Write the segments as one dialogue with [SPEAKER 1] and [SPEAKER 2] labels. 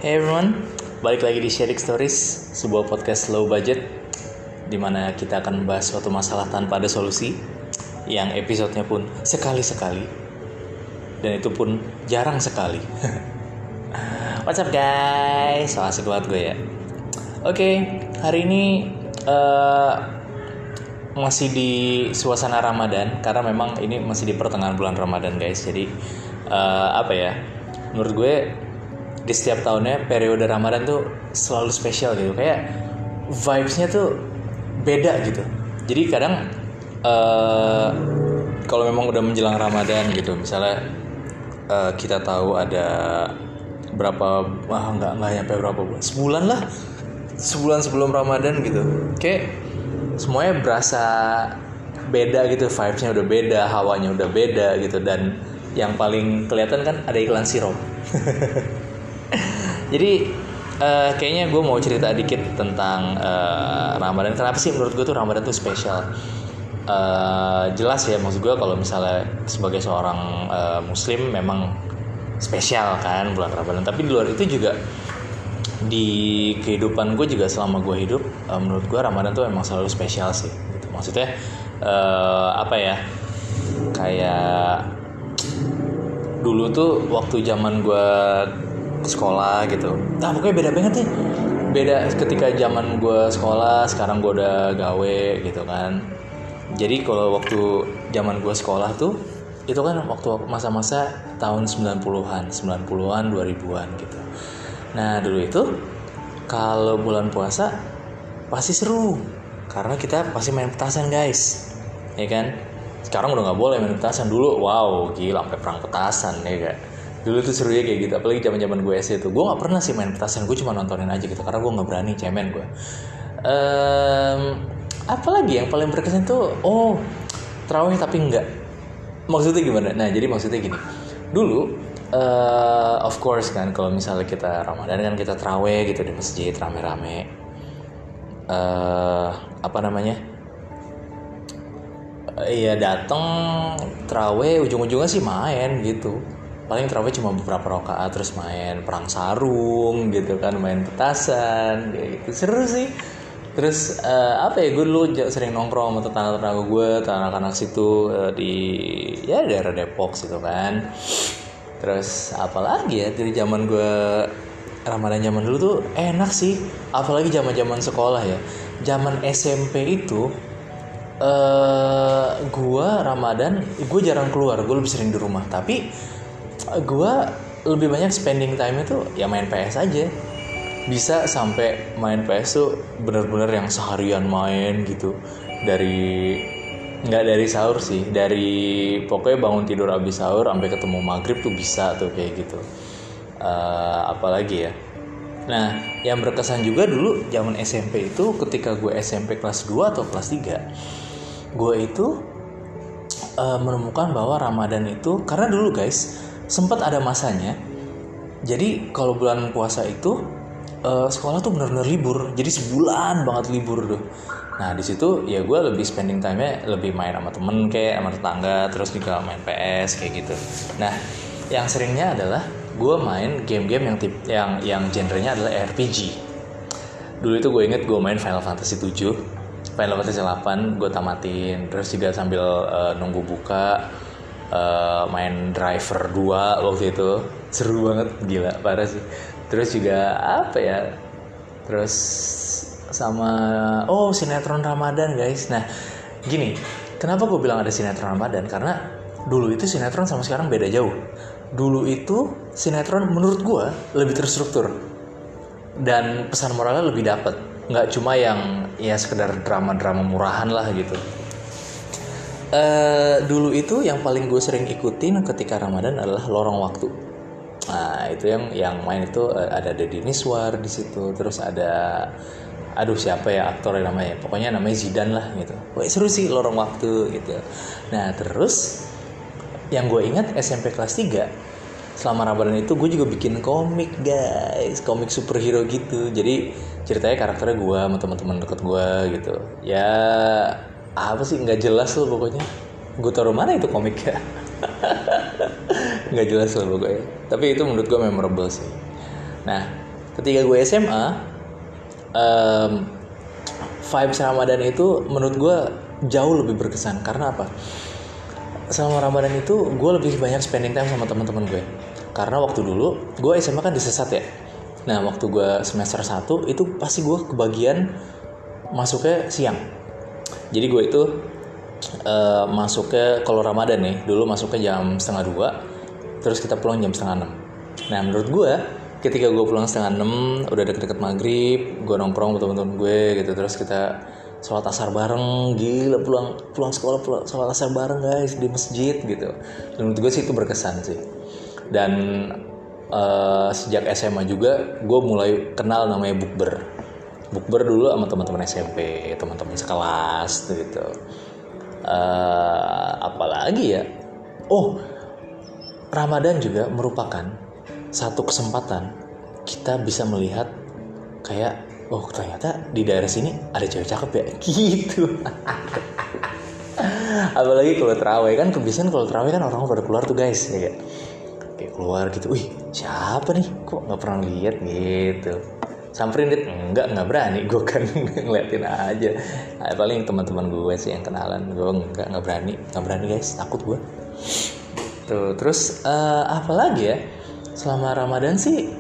[SPEAKER 1] Hey everyone, balik lagi di Sharing Stories, sebuah podcast low budget di mana kita akan membahas suatu masalah tanpa ada solusi, yang episodenya pun sekali-sekali, dan itu pun jarang sekali. What's up guys, so asik banget gue ya. Oke, hari ini masih di suasana Ramadan, karena memang ini masih di pertengahan bulan Ramadan guys. Jadi menurut gue di setiap tahunnya periode Ramadan tuh selalu spesial gitu, kayak vibes-nya tuh beda gitu. Jadi kadang kalau memang udah menjelang Ramadan gitu, misalnya kita tahu ada nggak nyampe berapa bulan, sebulan sebelum Ramadan gitu, kayak semuanya berasa beda gitu, vibes-nya udah beda, hawanya udah beda gitu. Dan yang paling kelihatan kan ada iklan sirup. Jadi kayaknya gue mau cerita dikit tentang Ramadan. Kenapa sih menurut gue tuh Ramadan tuh spesial? Jelas ya, maksud gue kalau misalnya sebagai seorang Muslim memang spesial kan bulan Ramadan. Tapi di luar itu juga di kehidupan gue juga selama gue hidup, menurut gue Ramadan tuh emang selalu spesial sih. Gitu. Maksudnya kayak dulu tuh waktu zaman gue sekolah gitu, nah pokoknya beda banget nih. Beda ketika zaman gue sekolah, sekarang gue udah gawe gitu kan. Jadi kalau waktu zaman gue sekolah tuh, itu kan waktu masa-masa tahun 90-an 2000-an gitu. Nah dulu itu kalau bulan puasa pasti seru, karena kita pasti main petasan guys, ya kan. Sekarang udah nggak boleh main petasan. Dulu wow gila sampai perang petasan ya kan. Dulu tuh serunya kayak gitu, apalagi zaman gue SD tuh. Gue nggak pernah sih main petasan, gue cuma nontonin aja gitu, karena gue nggak berani, cemen gue. Apalagi yang paling berkesan tuh, tarawih tapi enggak. Maksudnya gimana? Nah jadi maksudnya gini, dulu of course kan kalau misalnya kita Ramadan kan kita tarawih gitu di masjid rame-rame. Iya datang tarawih, ujung-ujungnya sih main gitu. Paling tarawih cuma beberapa rakaat, terus main perang sarung gitu kan, main petasan kayak gitu. Seru sih. Terus gue dulu sering nongkrong sama tetangga-tetangga gue, anak-anak situ di daerah Depok situ kan. Terus apalagi ya, dari zaman gue Ramadan zaman dulu tuh enak sih. Apalagi zaman-zaman sekolah ya. Zaman SMP itu gue Ramadan gue jarang keluar, gue lebih sering di rumah. Tapi gue lebih banyak spending time itu ya main PS aja. Bisa sampai main PS tuh bener-bener yang seharian main gitu. Nggak dari sahur sih, dari pokoknya bangun tidur abis sahur sampai ketemu maghrib tuh bisa tuh kayak gitu. Apalagi ya. Nah yang berkesan juga dulu zaman SMP itu, ketika gue SMP kelas 2 atau kelas 3, gue itu menemukan bahwa Ramadan itu, karena dulu guys sempat ada masanya. Jadi kalau bulan puasa itu sekolah tuh benar-benar libur, jadi sebulan banget libur tuh. Nah di situ ya gue lebih spending time-nya lebih main sama temen, kayak sama tetangga, terus juga main PS kayak gitu. Nah yang seringnya adalah gue main game-game yang genrenya adalah RPG. Dulu itu gue inget gue main Final Fantasy 7, Final Fantasy 8 gue tamatin, terus juga sambil nunggu buka main Driver 2 waktu itu. Seru banget, gila parah sih. Terus juga terus sama sinetron Ramadan guys. Nah gini, kenapa gue bilang ada sinetron Ramadan, karena dulu itu sinetron sama sekarang beda jauh. Dulu itu sinetron menurut gue lebih terstruktur dan pesan moralnya lebih dapet, nggak cuma yang ya sekedar drama-drama murahan lah gitu. Dulu itu yang paling gue sering ikutin ketika Ramadan adalah Lorong Waktu. Nah itu yang main itu ada Deddy Miswar di situ, terus ada siapa ya aktornya namanya, pokoknya namanya Zidan lah gitu. Wah seru sih Lorong Waktu gitu. Nah terus yang gue ingat SMP kelas 3, selama Ramadan itu gue juga bikin komik guys, komik superhero gitu. Jadi ceritanya karakternya gue sama teman-teman deket gue gitu. Ya apa sih, nggak jelas loh pokoknya. Gue taruh mana itu komiknya? Nggak jelas lah pokoknya. Tapi itu menurut gue memorable sih. Nah Ketika gue SMA, vibes Ramadan itu menurut gue jauh lebih berkesan. Karena apa? Selama Ramadan itu gue lebih banyak spending time sama teman-teman gue. Karena waktu dulu gue SMA kan disesat ya. Nah waktu gue semester 1 itu pasti gue kebagian masuknya siang. Jadi gue itu masuknya kalau Ramadan nih, dulu masuknya jam 1:30, terus kita pulang jam 5:30. Nah menurut gue ketika gue pulang 5:30 udah deket-deket maghrib, gue nongkrong sama teman-teman gue gitu, terus kita sholat asar bareng, gila pulang sekolah sholat asar bareng guys di masjid gitu. Dan menurut gue sih itu berkesan sih. Dan sejak SMA juga gue mulai kenal namanya bukber dulu sama teman-teman SMP, teman-teman sekelas gitu. Apalagi ya, Ramadan juga merupakan satu kesempatan kita bisa melihat kayak ternyata di daerah sini ada cewek cakep ya gitu. Apalagi kalau terawih kan, kebiasaan kalau terawih kan orang pada keluar tuh guys ya kayak keluar gitu, wih siapa nih kok nggak pernah lihat gitu, samperin dit, nggak berani gue kan ngeliatin aja. Paling teman-teman gue sih yang kenalan, gue nggak berani guys, takut gue tuh. Terus apalagi ya, selama Ramadan sih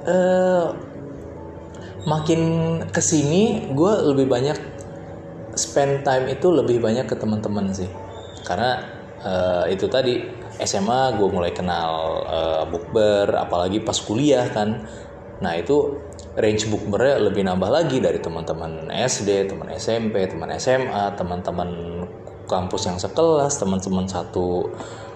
[SPEAKER 1] makin kesini gue lebih banyak spend time itu lebih banyak ke teman-teman sih. Karena itu tadi SMA gue mulai kenal bukber, apalagi pas kuliah kan. Nah itu range bukbernya lebih nambah lagi dari teman-teman SD, teman SMP, teman SMA, teman-teman kampus yang sekelas, teman-teman satu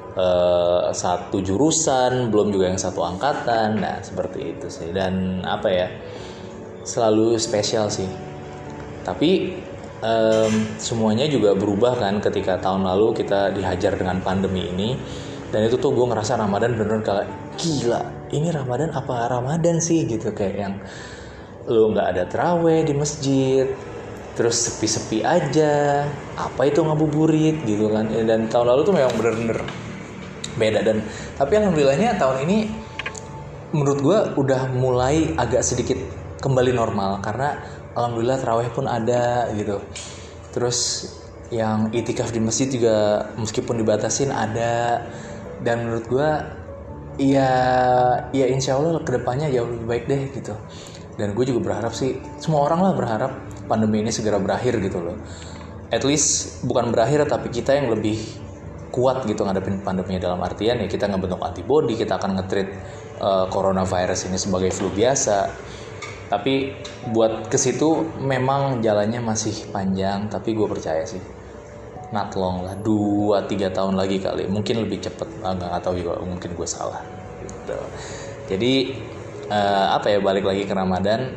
[SPEAKER 1] jurusan, belum juga yang satu angkatan. Nah seperti itu sih. Dan apa ya, selalu spesial sih. Tapi semuanya juga berubah kan ketika tahun lalu kita dihajar dengan pandemi ini. Dan itu tuh gue ngerasa Ramadan bener-bener kayak gila, ini Ramadan apa Ramadan sih gitu, kayak yang lu nggak ada taraweh di masjid, terus sepi-sepi aja, apa itu ngabuburit gitu kan. Dan tahun lalu tuh memang bener-bener beda. Dan tapi alhamdulillahnya tahun ini menurut gue udah mulai agak sedikit kembali normal, karena alhamdulillah taraweh pun ada gitu. Terus yang itikaf di masjid juga meskipun dibatasin ada. Dan menurut gue ya insya Allah kedepannya jauh lebih baik deh gitu. Dan gue juga berharap sih, semua orang lah berharap pandemi ini segera berakhir gitu loh. At least bukan berakhir, tapi kita yang lebih kuat gitu ngadepin pandeminya, dalam artian ya kita ngebentuk antibody, kita akan nge-treat coronavirus ini sebagai flu biasa. Tapi buat ke situ memang jalannya masih panjang, tapi gue percaya sih not long lah, 2-3 tahun lagi kali, mungkin lebih cepet, nggak tahu juga, mungkin gue salah gitu. Jadi balik lagi ke Ramadan,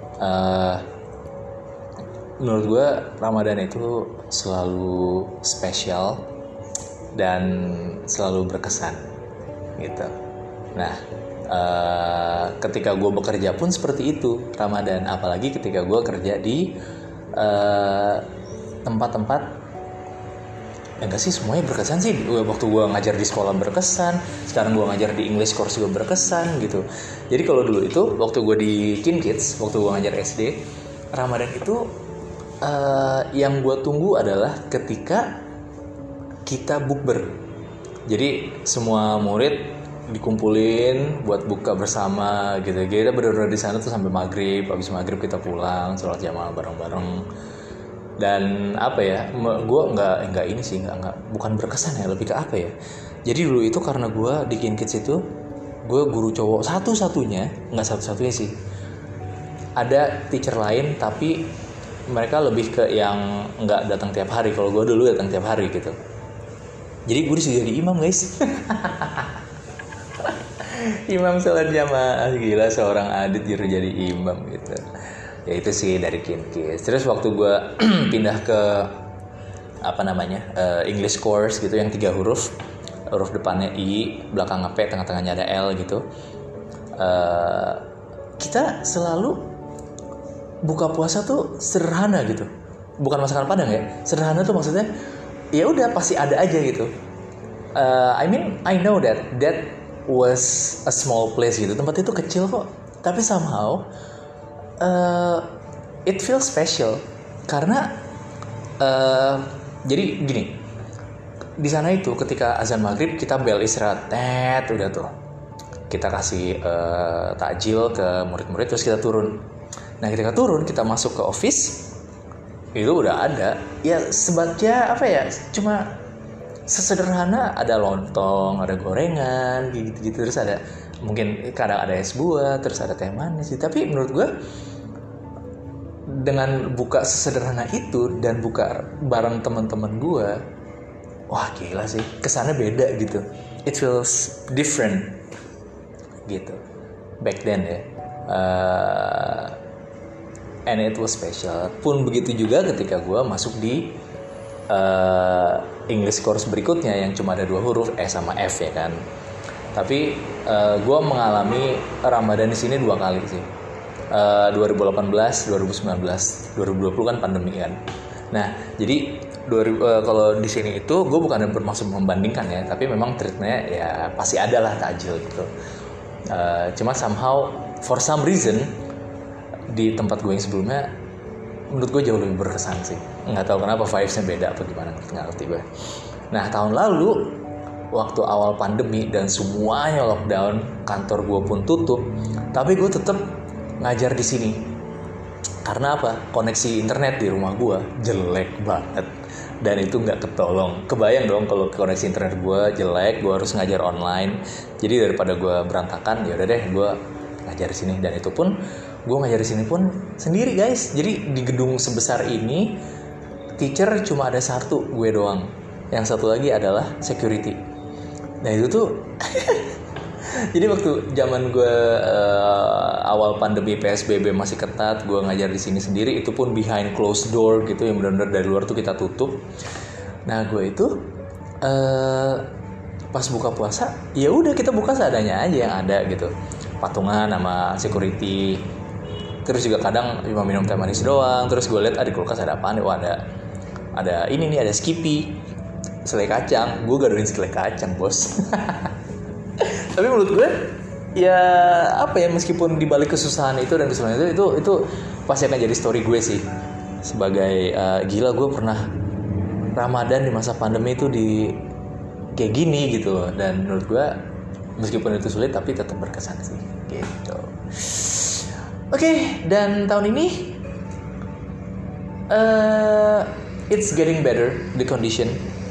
[SPEAKER 1] menurut gue Ramadan itu selalu spesial dan selalu berkesan gitu. Nah ketika gue bekerja pun seperti itu Ramadan, apalagi ketika gue kerja di tempat-tempat, enggak sih semuanya berkesan sih. Waktu gue ngajar di sekolah berkesan, sekarang gue ngajar di English course juga berkesan gitu. Jadi kalau dulu itu waktu gue di Kin Kids, waktu gue ngajar SD, Ramadan itu yang gue tunggu adalah ketika kita bukber. Jadi semua murid dikumpulin buat buka bersama gitu. Kita bener-bener di sana tuh sampai maghrib. Habis maghrib kita pulang, sholat jamaah bareng-bareng. Dan apa ya, gue nggak ini sih, nggak bukan berkesan ya, lebih ke apa ya. Jadi dulu itu karena gue di Kin Kids itu gue guru cowok nggak satu-satunya sih. Ada teacher lain tapi mereka lebih ke yang nggak datang tiap hari. Kalau gue dulu datang tiap hari gitu. Jadi gue disuruh jadi imam guys. Imam sholat jamaah, gila, seorang adit jadi imam gitu. Ya itu sih dari Kin Kids. Terus waktu gue pindah ke English course gitu, yang 3 huruf depannya I, belakangnya P, tengah-tengahnya ada L gitu. Kita selalu buka puasa tuh sederhana gitu, bukan masakan Padang ya, sederhana tuh maksudnya ya udah pasti ada aja gitu. I know that was a small place gitu, tempat itu kecil kok, Tapi somehow it feels special karena jadi gini, di sana itu ketika azan maghrib kita bel istirahat, udah tuh kita kasih takjil ke murid-murid, terus kita turun. Nah ketika turun kita masuk ke office, itu udah ada ya sebatnya apa ya, cuma sesederhana ada lontong, ada gorengan gitu, terus ada mungkin kadang ada es buah, terus ada teh manis. Tapi menurut gue dengan buka sesederhana itu dan buka bareng teman-teman gue, wah gila sih, kesannya beda gitu. It feels different gitu back then ya. And it was special. Pun begitu juga ketika gue masuk di English course berikutnya yang cuma ada 2 huruf, E sama F ya kan. Tapi gue mengalami Ramadan di sini 2 kali sih. 2018, 2019, 2020 kan pandemi kan. Nah jadi kalau di sini itu gue bukan bermaksud membandingkan ya, tapi memang treatmentnya ya pasti ada lah takjil gitu. Cuma somehow for some reason di tempat gue yang sebelumnya menurut gue jauh lebih berkesan sih. Nggak tahu kenapa vibes-nya beda apa gimana, nggak ngerti gue. Nah tahun lalu waktu awal pandemi dan semuanya lockdown, kantor gue pun tutup, tapi gue tetap ngajar di sini. Karena apa? Koneksi internet di rumah gue jelek banget dan itu nggak ketolong. Kebayang dong kalau koneksi internet gue jelek, gue harus ngajar online. Jadi daripada gue berantakan, ya udah deh gue ngajar di sini. Dan itu pun gue ngajar di sini pun sendiri guys. Jadi di gedung sebesar ini teacher cuma ada 1, gue doang. Yang satu lagi adalah security. Nah itu tuh jadi waktu zaman gue awal pandemi PSBB masih ketat, gue ngajar di sini sendiri, itu pun behind closed door gitu, yang benar-benar dari luar tuh kita tutup. Nah gue itu pas buka puasa, ya udah kita buka seadanya aja yang ada gitu, patungan sama security. Terus juga kadang cuma minum teh manis doang. Terus gue lihat di kulkas ada apaan nih? Wah ada ini nih, ada Skippy, selai kacang. Gue gadoin selai kacang bos. Tapi menurut gue ya apa ya, meskipun dibalik kesusahan itu dan kesulitan itu pasti akan jadi story gue sih sebagai gila gue pernah Ramadan di masa pandemi itu di kayak gini gitu loh. Dan menurut gue meskipun itu sulit tapi tetap berkesan sih gitu. Oke, dan tahun ini it's getting better the condition.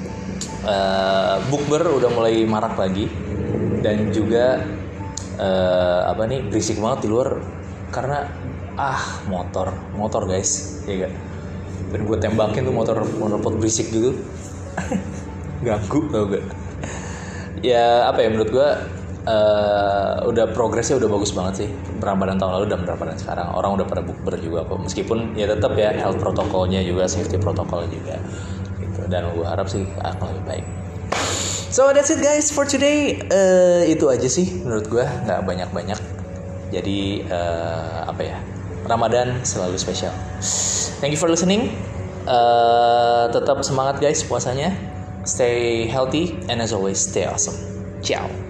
[SPEAKER 1] Bukber udah mulai marak lagi. Dan juga berisik banget di luar karena motor guys, ya gak? Dan gue tembakin tuh motor pot berisik gitu. Ganggu tau gak? Ya apa ya, menurut gue udah progresnya udah bagus banget sih. Ramadan tahun lalu dan Ramadan sekarang orang udah pada bukber juga kok. Meskipun ya tetap ya health protokolnya juga, safety protokolnya juga gitu. Dan gue harap sih akan lebih baik. So that's it guys for today. Itu aja sih menurut gue, nggak banyak-banyak. Jadi Ramadan selalu spesial. Thank you for listening. Tetap semangat guys puasanya. Stay healthy and as always stay awesome. Ciao.